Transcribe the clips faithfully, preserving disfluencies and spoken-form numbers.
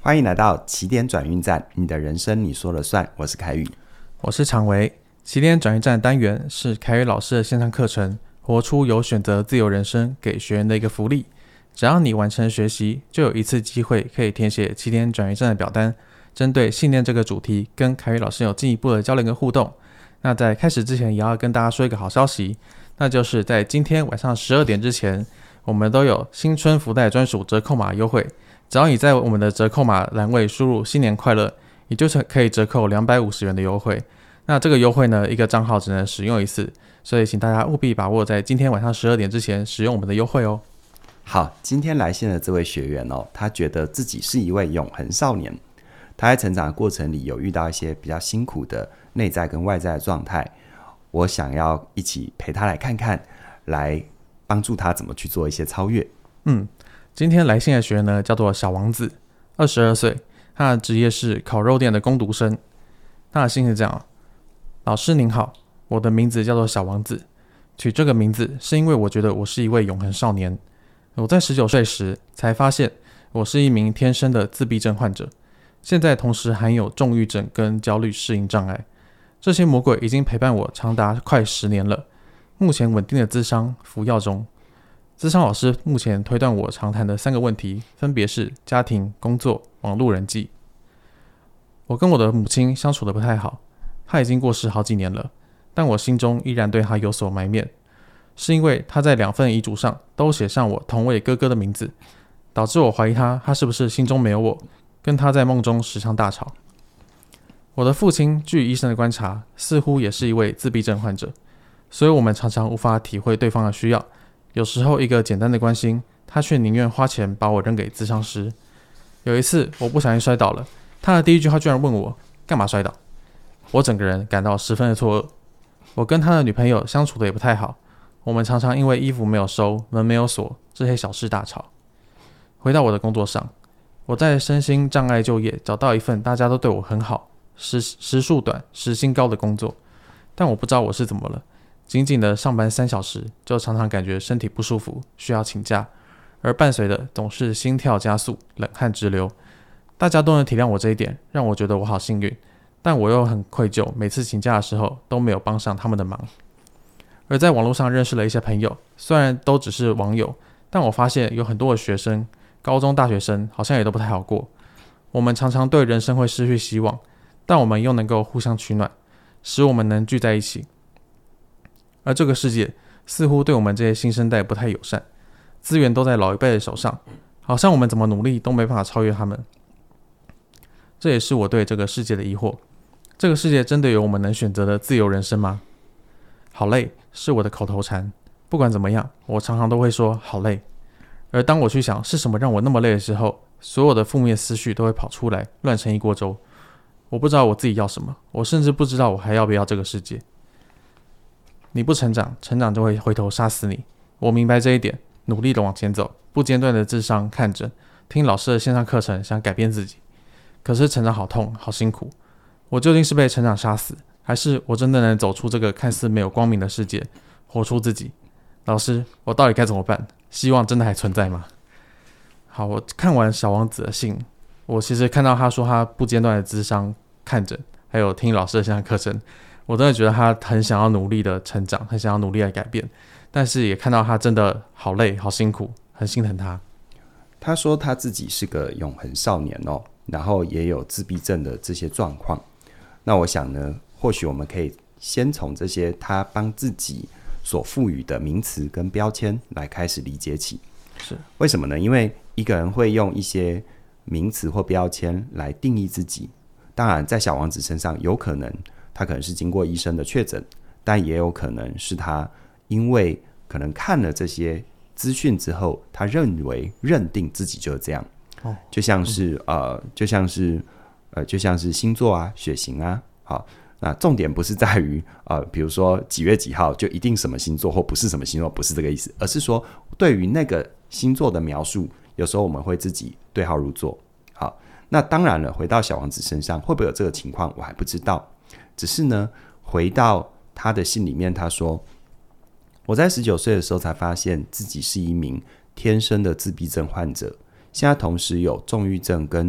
欢迎来到起点转运站，你的人生你说了算。我是凯宇， 我是常维。起点转运站单元是凯宇老师的线上课程，活出有选择自由人生给学员的一个福利。只要你完成学习，就有一次机会可以填写起点转运站的表单，针对信念这个主题跟凯宇老师有进一步的交流跟互动。那在开始之前也要跟大家说一个好消息，那就是在今天晚上十二点之前，我们都有新春福袋专属折扣码优惠。只要你在我们的折扣码栏位输入新年快乐，也就是可以折扣两百五十元的优惠。那这个优惠呢，一个账号只能使用一次，所以请大家务必把握在今天晚上十二点之前使用我们的优惠哦。 好，今天来信的这位学员哦，他觉得自己是一位永恒少年，他在成长的过程里有遇到一些比较辛苦的内在跟外在的状态，我想要一起陪他来看看，来帮助他怎么去做一些超越。 嗯，今天来信的学员呢，叫做小王子，二十二岁，他的职业是烤肉店的工读生。他的信是这样：老师您好，我的名字叫做小王子，取这个名字是因为我觉得我是一位永恒少年。我在十九岁时才发现我是一名天生的自闭症患者，现在同时含有重郁症跟焦虑适应障碍。这些魔鬼已经陪伴我长达快十年了，目前稳定的咨商服药中。咨商老师目前推断我常谈的三个问题，分别是家庭、工作、网络人际。我跟我的母亲相处得不太好，她已经过世好几年了，但我心中依然对她有所埋怨，是因为她在两份遗嘱上都写上我同为哥哥的名字，导致我怀疑她她是不是心中没有我，跟她在梦中时常大吵。我的父亲据医生的观察，似乎也是一位自闭症患者，所以我们常常无法体会对方的需要。有时候一个简单的关心，他却宁愿花钱把我扔给咨商师。有一次我不小心摔倒了，他的第一句话居然问我干嘛摔倒，我整个人感到十分的错愕。我跟他的女朋友相处的也不太好，我们常常因为衣服没有收、门没有锁这些小事大吵。回到我的工作上，我在身心障碍就业找到一份大家都对我很好、时时数短、时薪高的工作，但我不知道我是怎么了，仅仅的上班三小时就常常感觉身体不舒服，需要请假，而伴随的总是心跳加速、冷汗直流。大家都能体谅我这一点，让我觉得我好幸运，但我又很愧疚，每次请假的时候都没有帮上他们的忙。而在网络上认识了一些朋友，虽然都只是网友，但我发现有很多的学生，高中大学生好像也都不太好过。我们常常对人生会失去希望，但我们又能够互相取暖，使我们能聚在一起。而这个世界似乎对我们这些新生代不太友善，资源都在老一辈的手上，好像我们怎么努力都没办法超越他们。这也是我对这个世界的疑惑，这个世界真的有我们能选择的自由人生吗？好累是我的口头禅，不管怎么样，我常常都会说好累。而当我去想是什么让我那么累的时候，所有的负面思绪都会跑出来，乱成一锅粥。我不知道我自己要什么，我甚至不知道我还要不要这个世界。你不成长，成长就会回头杀死你。我明白这一点，努力的往前走，不间断的諮商看诊，听老师的线上课程，想改变自己。可是成长好痛，好辛苦。我究竟是被成长杀死，还是我真的能走出这个看似没有光明的世界，活出自己？老师，我到底该怎么办？希望真的还存在吗？好，我看完小王子的信，我其实看到他说他不间断的諮商看诊，还有听老师的线上课程，我真的觉得他很想要努力的成长，很想要努力的改变，但是也看到他真的好累好辛苦，很心疼他。 他说他自己是个永恒少年哦，然后也有自闭症的这些状况。那我想呢，或许我们可以先从这些他帮自己所赋予的名词跟标签来开始理解起。 是为什么呢？因为一个人会用一些名词或标签来定义自己，当然在小王子身上有可能他可能是经过医生的确诊，但也有可能是他因为可能看了这些资讯之后，他认为认定自己就是这样。哦、就像是、嗯、呃，就像是呃，就像是星座啊、血型啊。好，那重点不是在于呃，比如说几月几号就一定什么星座或不是什么星座，不是这个意思，而是说对于那个星座的描述，有时候我们会自己对号入座。好，那当然了，回到小王子身上会不会有这个情况，我还不知道。只是呢，回到他的信里面，他说：“我在十九岁的时候才发现自己是一名天生的自闭症患者，现在同时有重郁症跟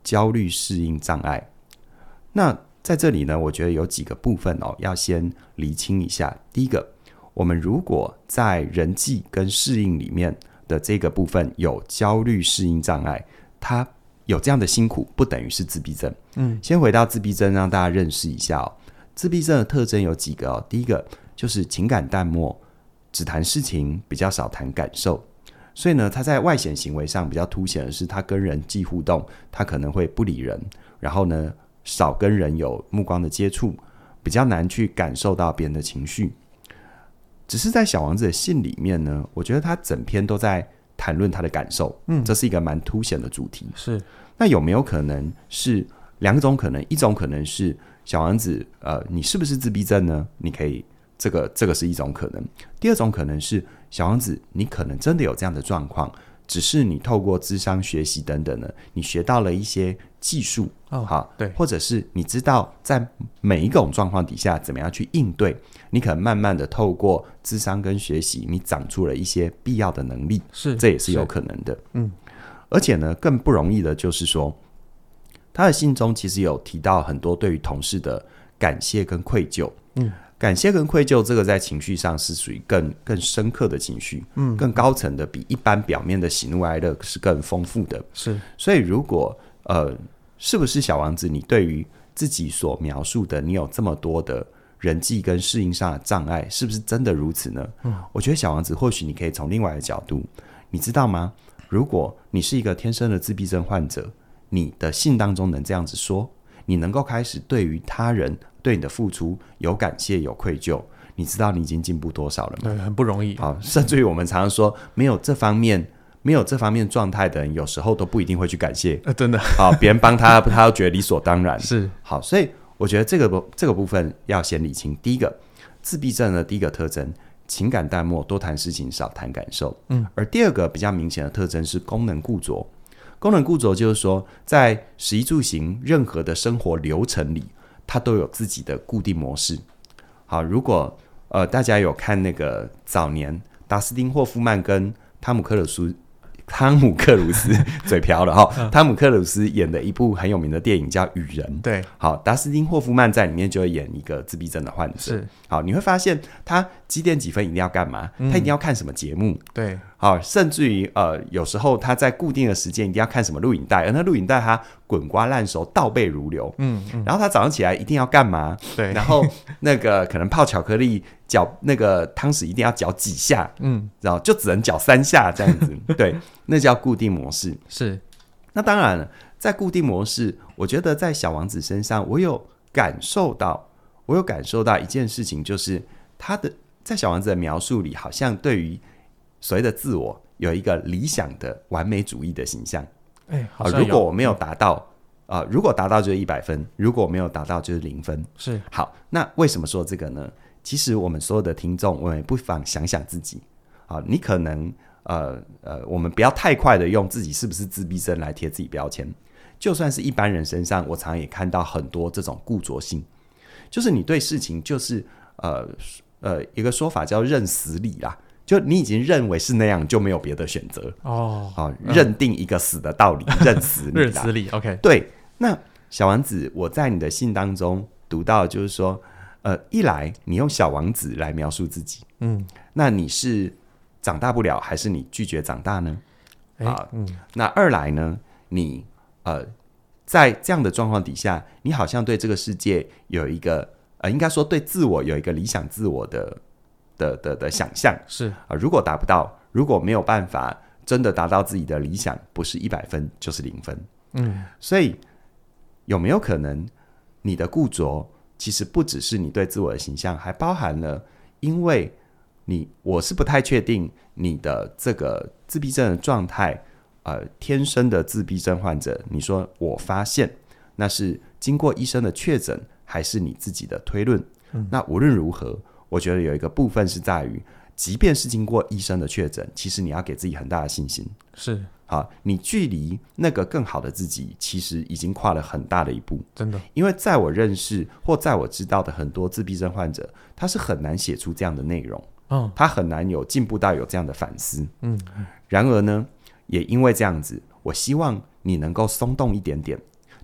焦虑适应障碍。那在这里呢，我觉得有几个部分哦，要先厘清一下。第一个，我们如果在人际跟适应里面的这个部分有焦虑适应障碍，它有这样的辛苦，不等于是自闭症。嗯，先回到自闭症，让大家认识一下哦。自闭症的特征有几个哦，第一个就是情感淡漠，只谈事情，比较少谈感受。所以呢，他在外显行为上比较凸显的是，他跟人际互动，他可能会不理人，然后呢，少跟人有目光的接触，比较难去感受到别人的情绪。只是在小王子的信里面呢，我觉得他整篇都在谈论他的感受，嗯，这是一个蛮凸显的主题。 是， 那有没有可能是两种可能？一种可能是小王子，呃，你是不是自闭症呢？你可以，这个这个是一种可能。第二种可能是小王子，你可能真的有这样的状况，只是你透过諮商学习等等呢，你学到了一些技术， 哦， 好， 对， 或者是你知道在每一种状况底下怎么样去应对，你可能慢慢的透过諮商跟学习，你长出了一些必要的能力， 是， 这也是有可能的。 嗯， 而且呢，更不容易的就是说，他的信中其实有提到很多对于同事的感谢跟愧疚。嗯，感谢跟愧疚这个在情绪上是属于更更深刻的情绪，嗯，更高层的，比一般表面的喜怒哀乐是更丰富的。 是， 所以如果呃，是不是小王子，你对于自己所描述的，你有这么多的人际跟适应上的障碍，是不是真的如此呢？嗯，我觉得小王子或许你可以从另外一个角度，你知道吗？如果你是一个天生的自闭症患者，你的信当中能这样子说，你能够开始对于他人对你的付出有感谢有愧疚，你知道你已经进步多少了吗？ 对，很不容易。 好，甚至于我们常常说，没有这方面没有这方面状态的人，有时候都不一定会去感谢。 呃，真的， 好，别人帮他，他都觉得理所当然。 是， 好，所以我觉得这个这个部分要先理清。第一个，自闭症的第一个特征，情感淡漠，多谈事情，少谈感受。嗯，而第二个比较明显的特征是功能固着。功能固着就是说，在食衣住行任何的生活流程里，它都有自己的固定模式。好，如果呃大家有看那个早年达斯汀霍夫曼跟汤姆克鲁斯汤姆克鲁斯嘴瓢了哈、嗯，汤姆克鲁斯演的一部很有名的电影叫《雨人》。 对， 好，达斯汀霍夫曼在里面就会演一个自闭症的患者。 是， 好，你会发现他几点几分一定要干嘛？嗯、他一定要看什么节目？ 对， 好，甚至于呃，有时候他在固定的时间一定要看什么录影带，而那录影带他滚瓜烂熟，倒背如流。嗯嗯，然后他早上起来一定要干嘛？ 对， 然后那个可能泡巧克力，搅那个汤匙一定要搅几下，嗯，然后就只能搅三下这样子。对，那叫固定模式。 是， 那当然了，在固定模式，我觉得在小王子身上，我有感受到，我有感受到一件事情，就是他的在小王子的描述里，好像对于所谓的自我有一个理想的完美主义的形象。 哎、欸，好像有、 呃、如果我没有达到，呃，如果达到就是一百分，如果我没有达到就是零分。 是， 好，那为什么说这个呢？其实我们所有的听众，我们也不妨想想自己啊，你可能呃呃，我们不要太快的用自己是不是自闭症来贴自己标签。就算是一般人身上，我常常也看到很多这种固着性，就是你对事情就是呃呃一个说法叫认死理啦，就你已经认为是那样，就没有别的选择哦、 啊，认定一个死的道理，嗯、认死理， 认死理 ，OK， 对。那小王子，我在你的信当中读到，就是说。呃，一来你用小王子来描述自己，嗯，那你是长大不了，还是你拒绝长大呢？啊、欸嗯，那二来呢，你呃，在这样的状况底下，你好像对这个世界有一个呃，应该说对自我有一个理想自我的的的的想象， 是啊、呃，如果达不到，如果没有办法真的达到自己的理想，不是一百分就是零分，嗯，所以有没有可能你的固着？其实不只是你对自我的形象，还包含了，因为你我是不太确定你的这个自闭症的状态，呃，天生的自闭症患者，你说我发现那是经过医生的确诊，还是你自己的推论？嗯、那无论如何，我觉得有一个部分是在于，即便是经过医生的确诊，其实你要给自己很大的信心。 是。 好，你距离那个更好的自己其实已经跨了很大的一步， 真的。因为在我认识或在我知道的很多自闭症患者，他是很难写出这样的内容，嗯，他很难有进步到有这样的反思，嗯。然而呢，也因为这样子，我希望你能够松动一点点，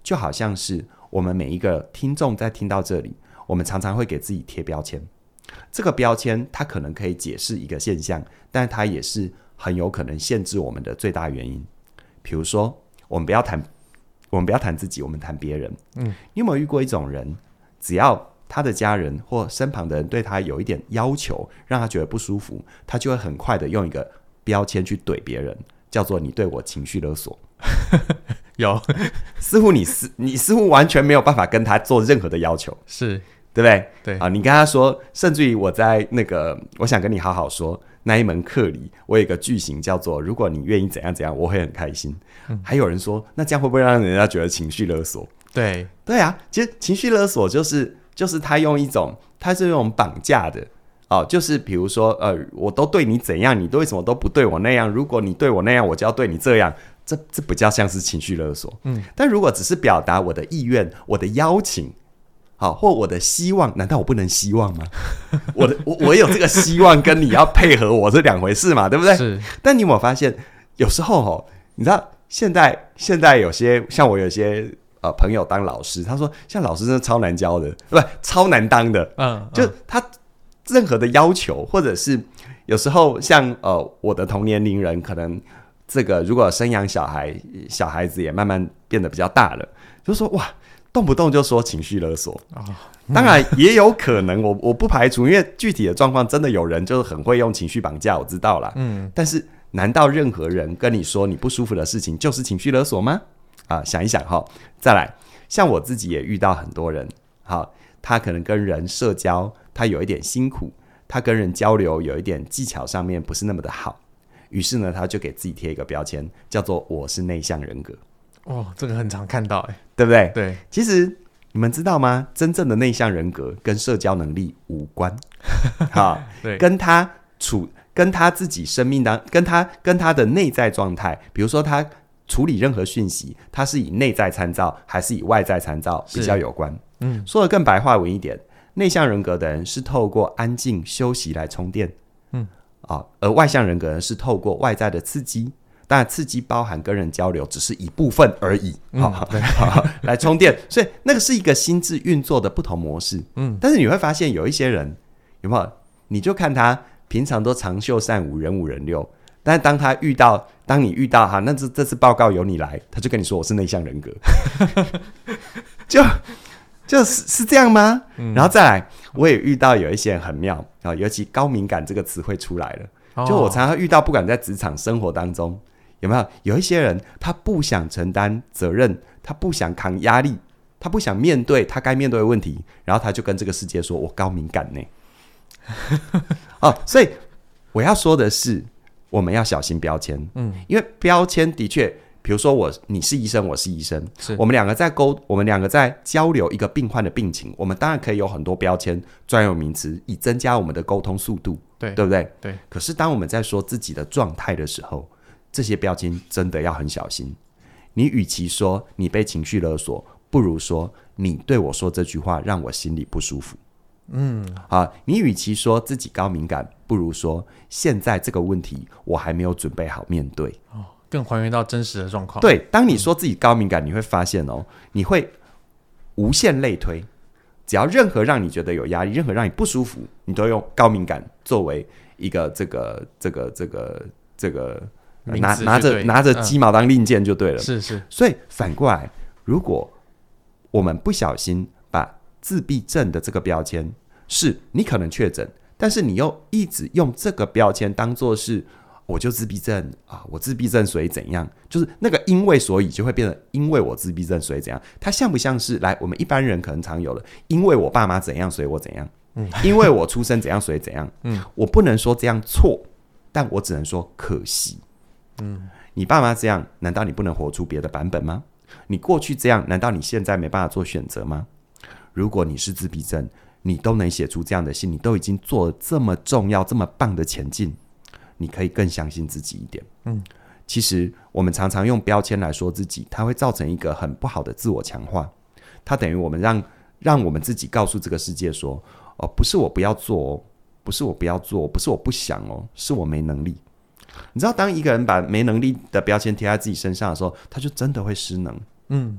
就好像是我们每一个听众在听到这里，我们常常会给自己贴标签。这个标签它可能可以解释一个现象，但它也是很有可能限制我们的最大原因。比如说，我们不要谈，我们不要谈自己，我们谈别人。嗯，你有没有遇过一种人，只要他的家人或身旁的人对他有一点要求，让他觉得不舒服，他就会很快的用一个标签去怼别人，叫做你对我情绪勒索。 有， 似乎你你似乎完全没有办法跟他做任何的要求， 是对不对？ 对啊，你跟他说，甚至于我在那个我想跟你好好说那一门课里，我有一个句型叫做如果你愿意怎样怎样，我会很开心。嗯、还有人说，那这样会不会让人家觉得情绪勒索？ 对对啊，其实情绪勒索就是就是他用一种他是用绑架的哦，就是比如说呃，我都对你怎样，你为什么都不对我那样？如果你对我那样，我就要对你这样。这这比较像是情绪勒索。嗯，但如果只是表达我的意愿、我的邀请，好，或我的希望，难道我不能希望吗？我的我我有这个希望，跟你要配合我是两回事嘛，对不对？ 是。 但你有没有发现，有时候哦，你知道现在现在有些像我有些呃朋友当老师，他说像老师真的超难教的，不超难当的。嗯，嗯就他任何的要求，或者是有时候像呃我的同年龄人可能。这个如果生养小孩，小孩子也慢慢变得比较大了，就说哇，动不动就说情绪勒索。哦嗯、当然也有可能，我我不排除，因为具体的状况真的有人就是很会用情绪绑架，我知道啦。嗯，但是难道任何人跟你说你不舒服的事情就是情绪勒索吗？啊，想一想哈。再来，像我自己也遇到很多人，好，他可能跟人社交，他有一点辛苦，他跟人交流有一点技巧上面不是那么的好。于是呢，他就给自己贴一个标签，叫做我是内向人格。 哦，这个很常看到哎， 对不对？ 对， 其实你们知道吗？真正的内向人格跟社交能力无关，好， 对， 跟他处跟他自己生命当跟他跟他的内在状态，比如说他处理任何讯息，他是以内在参照还是以外在参照比较有关。嗯，说得更白话文一点，内向人格的人是透过安静休息来充电。嗯。哦、而外向人格呢是透过外在的刺激，当然刺激包含跟人交流只是一部分而已、嗯哦、来充电，所以那个是一个心智运作的不同模式、嗯、但是你会发现有一些人有没有，你就看他平常都长袖善舞人五人六，但是当他遇到当你遇到他那 这, 这次报告由你来，他就跟你说我是内向人格就就是是这样吗、嗯、然后再来我也遇到有一些人很妙、哦、尤其高敏感这个词汇出来了、哦、就我常常遇到不管在职场生活当中有没有有一些人他不想承担责任，他不想扛压力，他不想面对他该面对的问题，然后他就跟这个世界说我高敏感呢哦，所以我要说的是我们要小心标签、嗯、因为标签的确比如说我你是医生我是医生，是我们两个在沟我们两个在交流一个病患的病情，我们当然可以有很多标签专有名词以增加我们的沟通速度， 对, 对不对？ 对。 可是当我们在说自己的状态的时候，这些标签真的要很小心。你与其说你被情绪勒索，不如说你对我说这句话让我心里不舒服。嗯，好，你与其说自己高敏感，不如说现在这个问题我还没有准备好面对。 哦，更还原到真实的状况。 对，当你说自己高敏感，你会发现哦，你会无限类推，只要任何让你觉得有压力，任何让你不舒服，你都用高敏感作为一个这个这个这个这个拿拿着拿着鸡毛当令箭就对了、嗯。 是是。 所以反过来，如果我们不小心把自闭症的这个标签，是你可能确诊，但是你又一直用这个标签当作是我就自闭症啊，我自闭症所以怎样，就是那个因为所以就会变成因为我自闭症所以怎样，它像不像是来我们一般人可能常有的因为我爸妈怎样所以我怎样、嗯、因为我出生怎样所以怎样、嗯、我不能说这样错，但我只能说可惜、嗯、你爸妈这样难道你不能活出别的版本吗？你过去这样难道你现在没办法做选择吗？如果你是自闭症，你都能写出这样的信，你都已经做了这么重要这么棒的前进，你可以更相信自己一点。嗯，其实我们常常用标签来说自己，它会造成一个很不好的自我强化，它等于我们让让我们自己告诉这个世界说，哦，不是我不要做哦，不是我不要做，不是我不想哦，是我没能力。你知道当一个人把没能力的标签贴在自己身上的时候，他就真的会失能。嗯，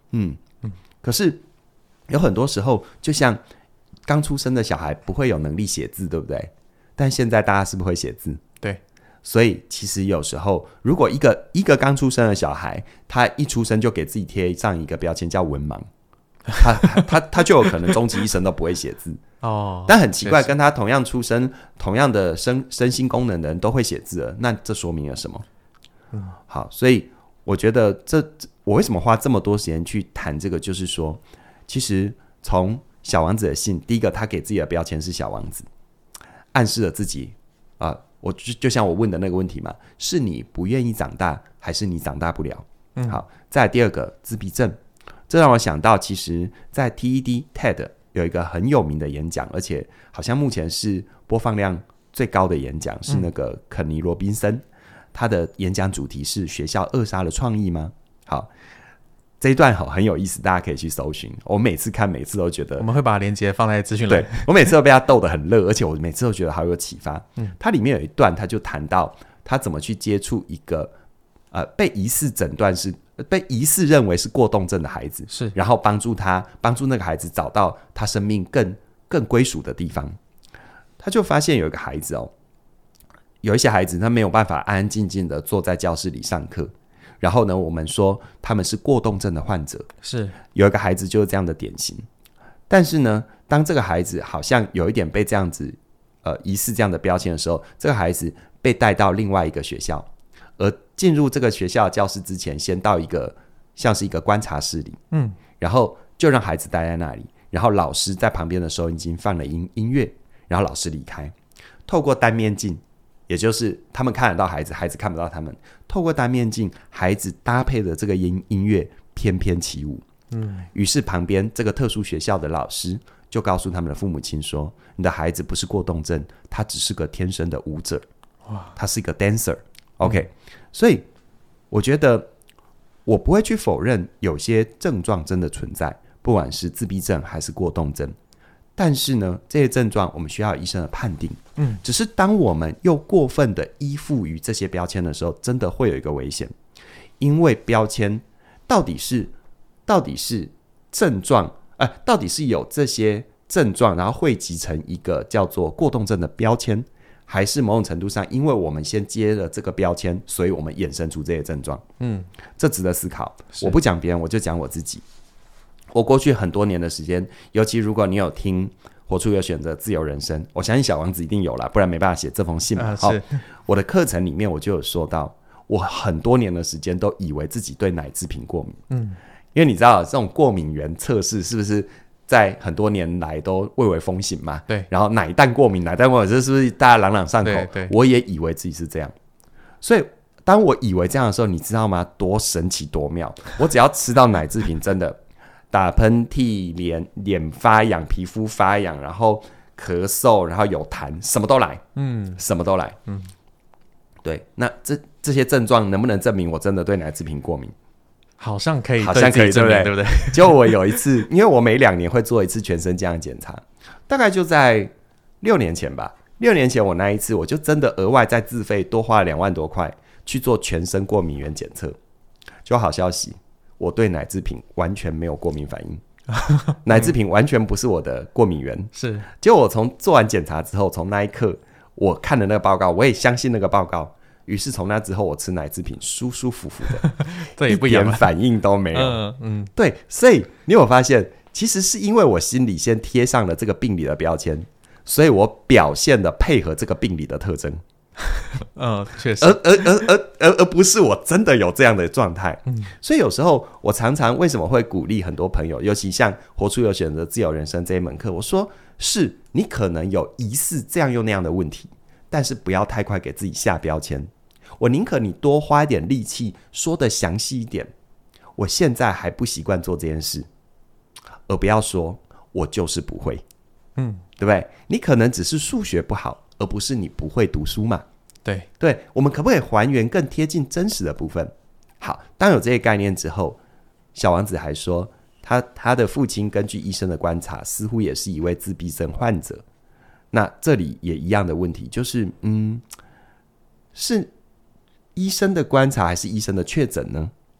嗯嗯。可是有很多时候，就像刚出生的小孩不会有能力写字，对不对？但现在大家是不是会写字？ 对。 所以其实有时候，如果一个一个刚出生的小孩，他一出生就给自己贴上一个标签叫文盲，他他他就有可能终其一生都不会写字哦。但很奇怪，跟他同样出生、同样的身身心功能的人都会写字了，那这说明了什么？嗯，好，所以我觉得这我为什么花这么多时间去谈这个，就是说，其实从小王子的信，第一个他给自己的标签是小王子，暗示了自己啊。呃我 就, 就像我问的那个问题嘛，是你不愿意长大，还是你长大不了？嗯，好，再来第二个自闭症，这让我想到，其实，在 T E D T E D 有一个很有名的演讲，而且好像目前是播放量最高的演讲，是那个肯尼·罗宾森，他的演讲主题是学校扼杀了创意吗？好。这一段很有意思，大家可以去搜寻。我每次看，每次都觉得， 我们会把连结放在资讯栏。 对，我每次都被他逗得很乐，而且我每次都觉得好有启发。嗯，他里面有一段，他就谈到他怎么去接触一个呃被疑似诊断是被疑似认为是过动症的孩子， 是， 然后帮助他帮助那个孩子找到他生命更更归属的地方。他就发现有一个孩子哦，有一些孩子他没有办法安安静静的坐在教室里上课。然后呢，我们说他们是过动症的患者， 是有一个孩子就是这样的典型。但是呢，当这个孩子好像有一点被这样子呃疑似这样的标签的时候，这个孩子被带到另外一个学校，而进入这个学校的教室之前，先到一个像是一个观察室里，嗯，然后就让孩子待在那里，然后老师在旁边的收音机放了 音, 音乐，然后老师离开，透过单面镜。也就是他们看得到孩子，孩子看不到他们。透过单面镜，孩子搭配的这个 音, 音乐翩翩起舞。嗯，于是旁边这个特殊学校的老师就告诉他们的父母亲说：“你的孩子不是过动症，他只是个天生的舞者，哇，他是一个 dancer。”OK，、嗯、所以我觉得我不会去否认有些症状真的存在，不管是自闭症还是过动症。但是呢，这些症状我们需要有医生的判定。嗯，只是当我们又过分的依附于这些标签的时候，真的会有一个危险，因为标签到底是到底是症状，呃，到底是有这些症状，然后汇集成一个叫做过动症的标签，还是某种程度上，因为我们先接了这个标签，所以我们衍生出这些症状？嗯，这值得思考。我不讲别人，我就讲我自己。我过去很多年的时间，尤其如果你有听活出有选择自由人生，我相信小王子一定有啦，不然没办法写这封信嘛。啊、好，我的课程里面我就有说到，我很多年的时间都以为自己对奶制品过敏。嗯，因为你知道这种过敏原测试是不是在很多年来都蔚为风行嘛？ 对。 然后奶蛋过敏，奶蛋过敏，这是不是大家朗朗上口？ 对对。 我也以为自己是这样，所以当我以为这样的时候，你知道吗？多神奇多妙！我只要吃到奶制品，真的。打喷嚏，脸脸发痒，皮肤发痒，然后咳嗽，然后有痰，什么都来，嗯，什么都来，嗯，对。那这这些症状能不能证明我真的对奶制品过敏？ 好像可以， 好像可以， 证明， 对不对？ 对不对？ 结果我有一次，因为我每两年会做一次全身这样的检查，大概就在六年前吧。六年前我那一次，我就真的额外再自费多花了两万多块去做全身过敏原检测。就好消息。我对奶制品完全没有过敏反应，奶制品完全不是我的过敏源。 是， 结果我从做完检查之后，从那一刻我看了那个报告，我也相信那个报告，于是从那之后我吃奶制品舒舒服服的， 这也不一样， 一点反应都没有。 嗯嗯， 对，所以你有发现，其实是因为我心里先贴上了这个病理的标签，所以我表现的配合这个病理的特征。 嗯，确实， 而而而而而而不是我真的有这样的状态。嗯，所以有时候我常常为什么会鼓励很多朋友，尤其像活出有选择自由人生这一门课，我说是你可能有疑似这样又那样的问题，但是不要太快给自己下标签。我宁可你多花一点力气，说得详细一点。我现在还不习惯做这件事，而不要说我就是不会。嗯，对不对？你可能只是数学不好，而不是你不会读书嘛。 对对，我们可不可以还原更贴近真实的部分？好，当有这些概念之后，小王子还说他他的父亲根据医生的观察，似乎也是一位自闭症患者。那这里也一样的问题，就是嗯，是医生的观察还是医生的确诊呢？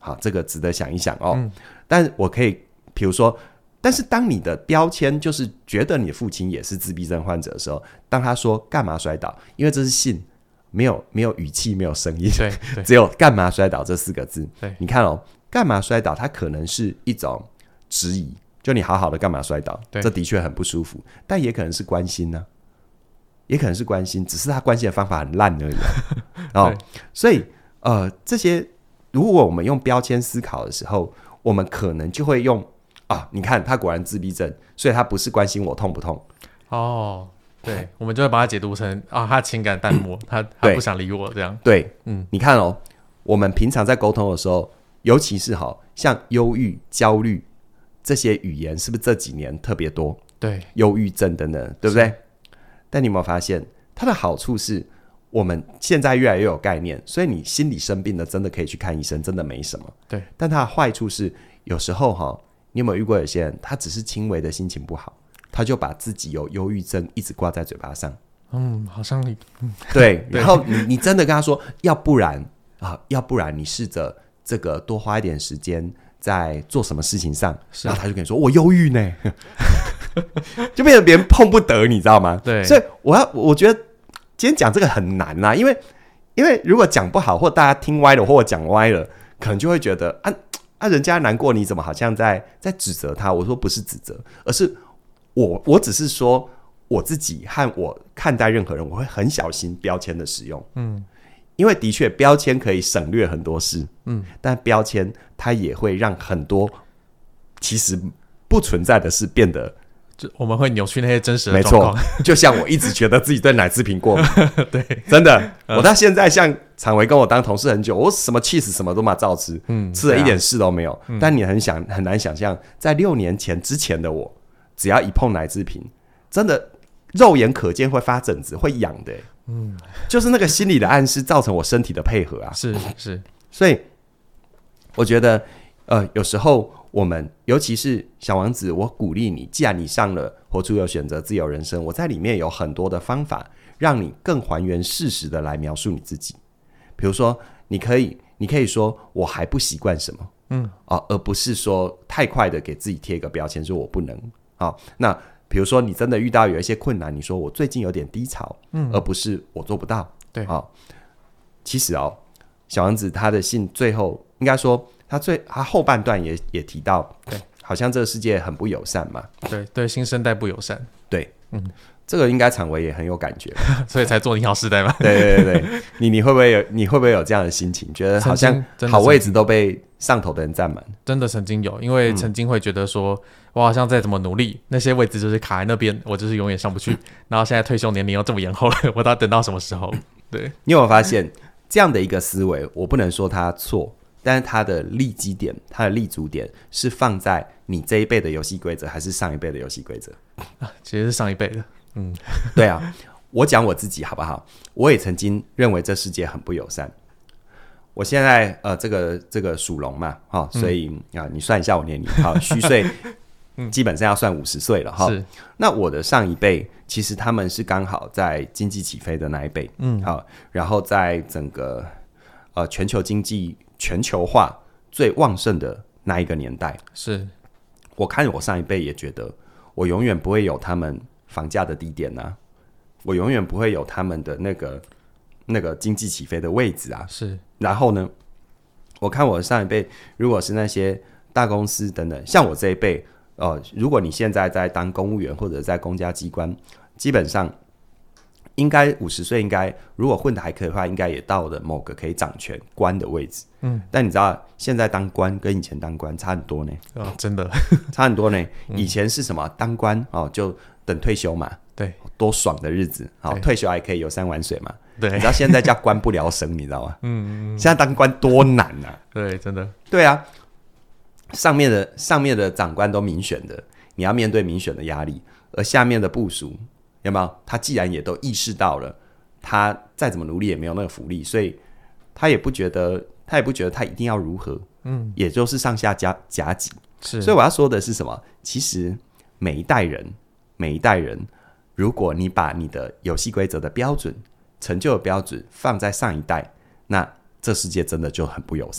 好，这个值得想一想哦。 嗯、 但我可以比如说，但是当你的标签就是觉得你的父亲也是自闭症患者的时候，当他说干嘛摔倒，因为这是信，没有没有语气，没有声音， 对对， 只有干嘛摔倒这四个字。 对， 你看哦，干嘛摔倒，它可能是一种质疑，就你好好的干嘛摔倒，这的确很不舒服，但也可能是关心呢、啊，也可能是关心，只是他关心的方法很烂而已、啊哦、所以呃，这些如果我们用标签思考的时候，我们可能就会用啊，你看他果然自闭症，所以他不是关心我痛不痛哦，对，我们就会把它解读成啊，他情感淡漠，他他不想理我这样。 对，嗯，你看哦，我们平常在沟通的时候，尤其是哈，像忧郁、焦虑这些语言，是不是这几年特别多？ 对， 忧郁症等等，对不对？但你有没有发现，它的好处是我们现在越来越有概念，所以你心理生病了，真的可以去看医生，真的没什么。 对， 但它的坏处是，有时候哈，你有没有遇过有些人，他只是轻微的心情不好，他就把自己有忧郁症一直挂在嘴巴上。 嗯，好像你、嗯、 对，然后你你真的跟他说，要不然啊，要不然你试着这个多花一点时间在做什么事情上，然后他就跟你说我忧郁呢，就变成别人碰不得，你知道吗？ 对， 所以我要我觉得今天讲这个很难啦、啊，因为因为如果讲不好，或大家听歪了，或我讲歪了，可能就会觉得啊啊，人家难过，你怎么好像在在指责他？我说不是指责，而是我我只是说我自己和我看待任何人，我会很小心标签的使用。嗯，因为的确标签可以省略很多事，嗯，但标签它也会让很多其实不存在的事变得。 就我们会扭曲那些真实的状况， 没错，就像我一直觉得自己对奶制品过敏， 对， 真的，嗯、我到现在像常维跟我当同事很久，我什么起司什么都嘛照吃，嗯，吃了一点事都没有。啊嗯、但你很想很难想象，在六年前之前的我，只要一碰奶制品，真的肉眼可见会发疹子，会痒的、欸，嗯，就是那个心理的暗示造成我身体的配合啊， 是是， 所以我觉得，呃，有时候。我们尤其是小王子，我鼓励你，既然你上了活出有选择自由人生，我在里面有很多的方法让你更还原事实的来描述你自己。比如说你可以你可以说我还不习惯什么，嗯、啊、而不是说太快的给自己贴一个标签说我不能。好，那比如说你真的遇到有一些困难，你说我最近有点低潮，嗯、而不是我做不到。 对， 好，其实哦，小王子他的信最后应该说他最他后半段也也提到，对，好像这个世界很不友善嘛， 对对，新生代不友善， 对，嗯，这个应该常维也很有感觉， 所以才做你好世代嘛。 对对对对，你你会不会有你会不会有这样的心情，觉得好像好位置都被上头的人占满？ 真的曾经有，因为曾经会觉得说，嗯、我好像再怎么努力，那些位置就是卡在那边，我就是永远上不去。然后现在退休年龄又这么延后了，我到底等到什么时候？对， 你有没有发现这样的一个思维？我不能说它错。但是它的立基点，它的立足点是放在你这一辈的游戏规则，还是上一辈的游戏规则？ 其实是上一辈的。嗯， 对啊，我讲我自己好不好？我也曾经认为这世界很不友善。我现在呃，这个这个属龙嘛，哈，所以、嗯、啊，你算一下我年龄，好，虚岁基本上要算五十岁了哈。是，那我的上一辈其实他们是刚好在经济起飞的那一辈，嗯，好，然后在整个呃全球经济。全球化最旺盛的那一个年代， 是我看我上一辈也觉得我永远不会有他们房价的低点啊，我永远不会有他们的那个那个经济起飞的位置啊。 是， 然后呢，我看我上一辈如果是那些大公司等等，像我这一辈，呃，如果你现在在当公务员或者在公家机关，基本上。应该五十岁，应该如果混得还可以的话，应该也到了某个可以掌权官的位置。嗯，但你知道现在当官跟以前当官差很多呢。 哦，真的差很多呢。以前是什么？当官哦，就等退休嘛。 对， 多爽的日子。好，退休还可以游山玩水嘛。 对， 你知道现在叫官不聊生，你知道吗？嗯嗯。现在当官多难啊！ 对，真的。 对啊，上面的上面的长官都民选的，你要面对民选的压力，而下面的部属。有没有？他既然也都意识到了，他再怎么努力也没有那个福利，所以他也不觉得，他也不觉得他一定要如何，嗯，也就是上下夹夹击。是，所以我要说的是什么？其实每一代人，每一代人，如果你把你的游戏规则的标准、成就的标准放在上一代，那这世界真的就很不友善。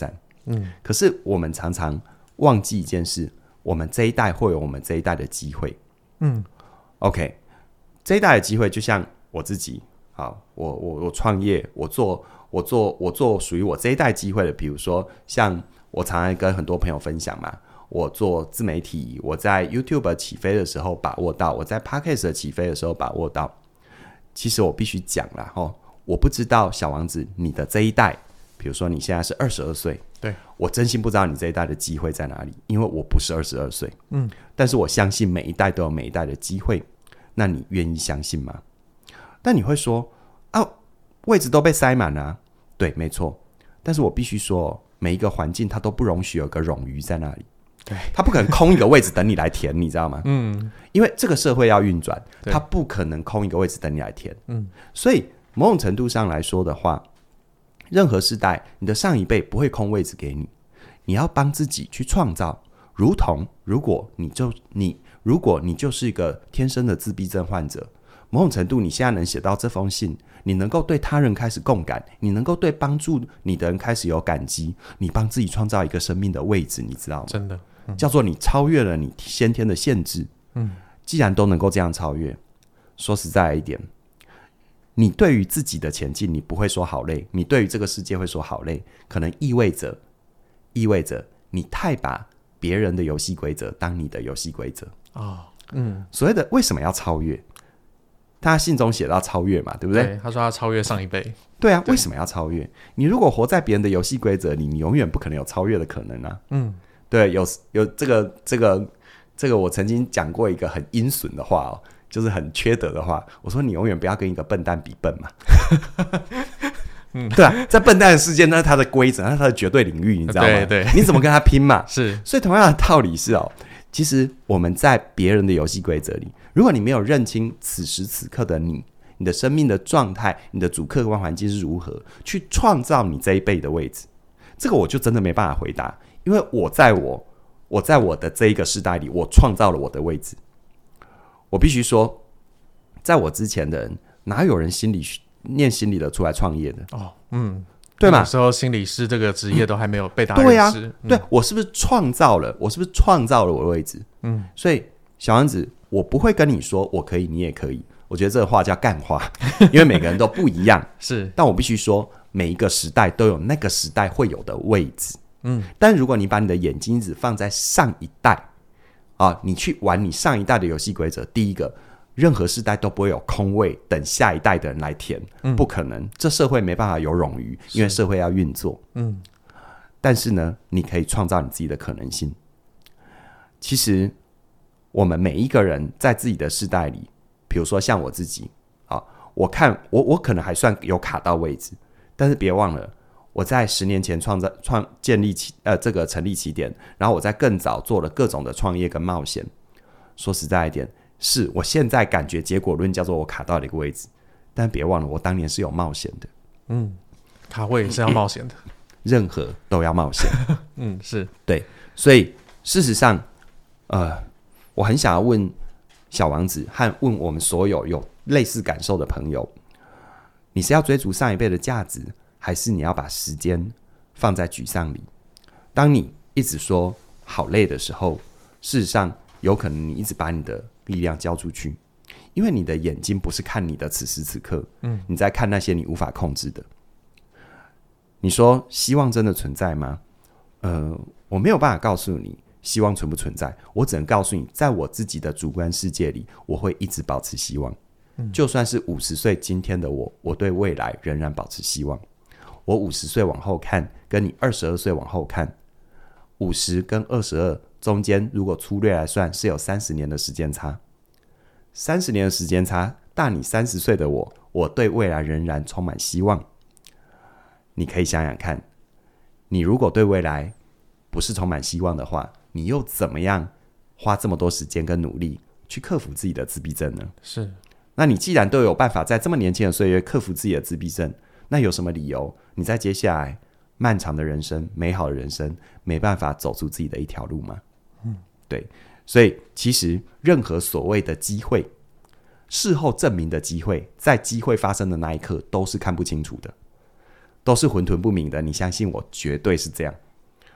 嗯， 可是我们常常忘记一件事，我们这一代会有我们这一代的机会。 嗯 OK， 这一代的机会就像我自己，好，我我我创业，我做我做我做属于我这一代机会的，比如说像我常常跟很多朋友分享嘛，我做自媒体，我在 YouTube 起飞的时候把握到，我在 Podcast 起飞的时候把握到。其实我必须讲啦，齁，我不知道小王子你的这一代，比如说你现在是二十二岁， 对， 我真心不知道你这一代的机会在哪里，因为我不是二十二岁， 嗯， 但是我相信每一代都有每一代的机会。那你愿意相信吗？但你会说啊，位置都被塞满了啊，对，没错。但是我必须说，每一个环境它都不容许有个冗余在那里， 对， 它不可能空一个位置等你来填，你知道吗？ 嗯， 因为这个社会要运转， 对它不可能空一个位置等你来填， 嗯， 所以某种程度上来说的话，任何世代，你的上一辈不会空位置给你，你要帮自己去创造。如同如果你就你如果你就是一个天生的自闭症患者，某种程度你现在能写到这封信，你能够对他人开始共感，你能够对帮助你的人开始有感激，你帮自己创造一个生命的位置，你知道吗？ 真的，嗯、 叫做你超越了你先天的限制。 嗯， 既然都能够这样超越，说实在一点，你对于自己的前进，你不会说好累，你对于这个世界会说好累，可能意味着意味着你太把别人的游戏规则当你的游戏规则啊、哦，嗯， 所谓的为什么要超越？他信中写到超越嘛，对不对？ 对，他说他超越上一辈。 对啊， 对为什么要超越？你如果活在别人的游戏规则里，你永远不可能有超越的可能啊。 嗯， 对，有有这个这个这个，我曾经讲过一个很阴损的话哦，就是很缺德的话。我说你永远不要跟一个笨蛋比笨嘛。嗯，对啊，在笨蛋的世界，那是他的规则，那是他的绝对领域，你知道吗？ 对对， 你怎么跟他拼嘛？ 是， 所以同样的道理是哦，其实我们在别人的游戏规则里，如果你没有认清此时此刻的你，你的生命的状态，你的主客观环境是如何去创造你这一辈的位置，这个我就真的没办法回答，因为我在我我在我的这一个世代里，我创造了我的位置。我必须说，在我之前的人，哪有人心理念心理的出来创业的？ 哦，嗯， 对吗？ 那时候心理师这个职业都还没有被大家对啊认识。嗯、 对，我是不是创造了？我是不是创造了我的位置？ 嗯， 所以小王子，我不会跟你说我可以，你也可以。我觉得这个话叫干话，因为每个人都不一样。 是， 但我必须说，每一个时代都有那个时代会有的位置。 嗯， 但如果你把你的眼睛只放在上一代啊，你去玩你上一代的游戏规则，第一个，任何世代都不会有空位等下一代的人来填， 嗯、 不可能。这社会没办法有冗余，因为社会要运作。 嗯， 但是呢，你可以创造你自己的可能性。其实，我们每一个人在自己的世代里，比如说像我自己，啊，我看我我可能还算有卡到位置，但是别忘了，我在十年前创造创建立起呃这个成立起点，然后我在更早做了各种的创业跟冒险。说实在一点，是我现在感觉结果论叫做我卡到了一个位置，但别忘了，我当年是有冒险的。 嗯，卡位是要冒险的， 任何都要冒险。 嗯，是对，所以事实上，呃，我很想要问小王子和问我们所有有类似感受的朋友，你是要追逐上一辈的价值，还是你要把时间放在沮丧里？当你一直说好累的时候，事实上有可能你一直把你的力量交出去，因为你的眼睛不是看你的此时此刻，嗯，你在看那些你无法控制的。你说希望真的存在吗？呃，我没有办法告诉你希望存不存在，我只能告诉你，在我自己的主观世界里，我会一直保持希望。嗯、就算是五十岁今天的我，我对未来仍然保持希望。我五十岁往后看，跟你二十二岁往后看，五十跟二十二中间，如果粗略来算，是有三十年的时间差。三十年的时间差，大你三十岁的我，我对未来仍然充满希望。你可以想想看，你如果对未来不是充满希望的话，你又怎么样花这么多时间跟努力去克服自己的自闭症呢？ 是， 那你既然都有办法在这么年轻的岁月克服自己的自闭症，那有什么理由你在接下来漫长的人生、美好的人生没办法走出自己的一条路吗？嗯，对，所以其实任何所谓的机会，事后证明的机会，在机会发生的那一刻都是看不清楚的，都是混沌不明的。你相信我，绝对是这样。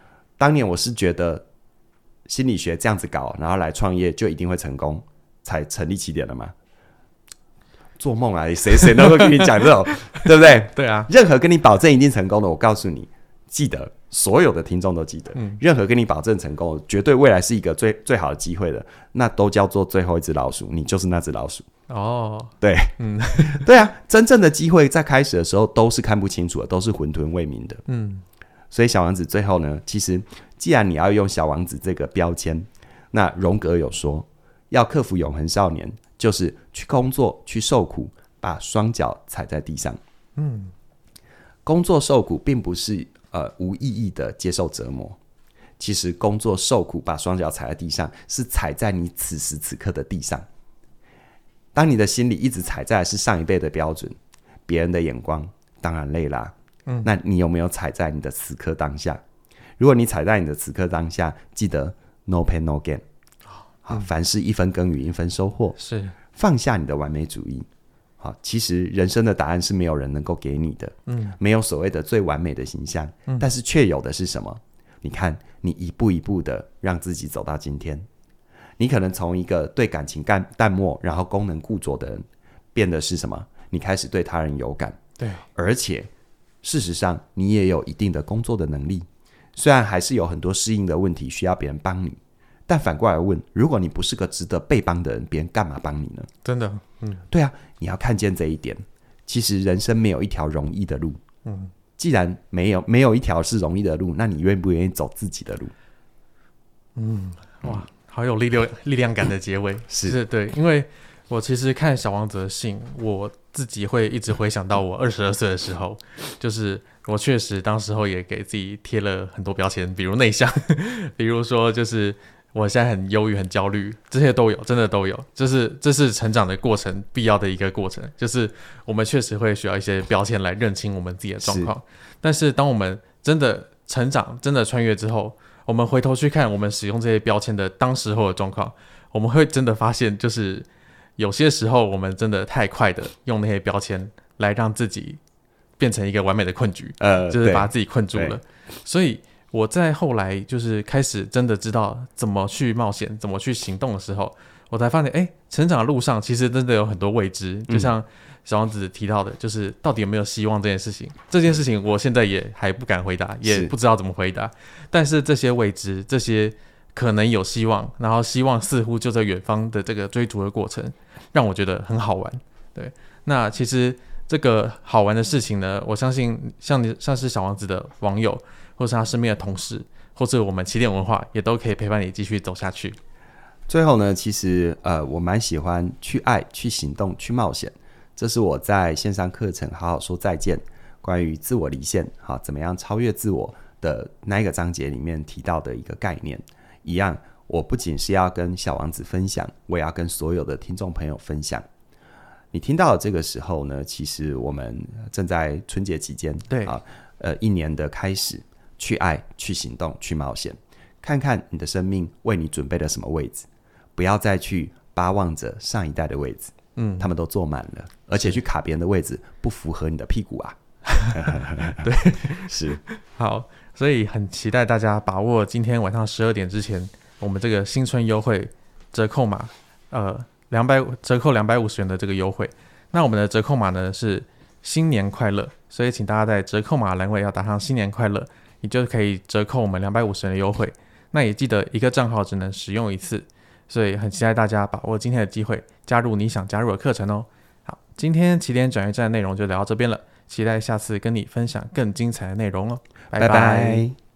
当年我是觉得心理学这样子搞，然后来创业就一定会成功，才成立起点了吗？做梦啊！谁谁都会跟你讲这种，对不对？ 对啊， 任何跟你保证一定成功的，我告诉你，记得所有的听众都记得，嗯、任何跟你保证成功，绝对未来是一个最最好的机会的，那都叫做最后一只老鼠，你就是那只老鼠。哦，对，嗯，对啊，真正的机会在开始的时候都是看不清楚的，都是混沌未明的。嗯，所以小王子最后呢，其实既然你要用小王子这个标签，那荣格有说，要克服永恒少年，就是去工作，去受苦，把双脚踩在地上。嗯，工作受苦并不是呃无意义的接受折磨，其实工作受苦，把双脚踩在地上，是踩在你此时此刻的地上。当你的心里一直踩在的是上一辈的标准，别人的眼光，当然累啦。嗯，那你有没有踩在你的此刻当下？如果你踩在你的此刻当下，记得 no pain no gain。好，凡事一分耕耘一分收获， 是放下你的完美主义。好，其实人生的答案是没有人能够给你的，嗯，没有所谓的最完美的形象，嗯，但是却有的是什么？你看，你一步一步的让自己走到今天，你可能从一个对感情淡淡漠，然后功能固着的人，变得是什么？你开始对他人有感， 对， 而且事实上你也有一定的工作的能力，虽然还是有很多适应的问题需要别人帮你。但反过来问，如果你不是个值得被帮的人，别人干嘛帮你呢？ 真的，嗯， 对啊，你要看见这一点。其实人生没有一条容易的路，嗯，既然没有没有一条是容易的路，那你愿不愿意走自己的路？ 嗯，哇，好有力量力量感的结尾， 是, 是对，因为我其实看小王子的信，我自己会一直回想到我二十二岁的时候，就是我确实当时候也给自己贴了很多标签，比如内向，比如说就是我现在很忧郁很焦虑，这些都有，真的都有，就是这是成长的过程必要的一个过程，就是我们确实会需要一些标签来认清我们自己的状况，但是当我们真的成长真的穿越之后，我们回头去看我们使用这些标签的当时候的状况，我们会真的发现，就是有些时候我们真的太快的用那些标签来让自己变成一个完美的困局，呃，就是把自己困住了。所以我在后来就是开始真的知道怎么去冒险，怎么去行动的时候，我才发现，哎，成长的路上其实真的有很多未知，就像小王子提到的，就是到底有没有希望这件事情，这件事情我现在也还不敢回答，也不知道怎么回答。但是这些未知，这些可能有希望，然后希望似乎就在远方的这个追逐的过程，让我觉得很好玩。对，那其实这个好玩的事情呢，我相信像你像是小王子的网友，或是他身边的同事，或是我们起点文化，也都可以陪伴你继续走下去。 最后呢，其实呃，我蛮喜欢去爱、去行动、去冒险。这是我在线上课程好好说再见，关于自我离线，好怎么样超越自我的那一个章节里面提到的一个概念。一样，我不仅是要跟小王子分享，我也要跟所有的听众朋友分享。你听到的这个时候呢，其实我们正在春节期间， 对啊，呃，一年的开始，去爱、去行动、去冒险，看看你的生命为你准备了什么位置，不要再去巴望着上一代的位置，嗯，他们都坐满了，而且去卡别人的位置不符合你的屁股啊。 对， 是好，所以很期待大家把握今天晚上十二点之前，我们这个新春优惠折扣码，呃。两百折扣两百五十元的这个优惠，那我们的折扣码呢是新年快乐，所以请大家在折扣码栏位要打上新年快乐，你就可以折扣我们两百五十元的优惠。那也记得一个账号只能使用一次，所以很期待大家把握今天的机会，加入你想加入的课程哦。好，今天起点转运站的内容就聊到这边了，期待下次跟你分享更精彩的内容哦，拜拜。拜拜。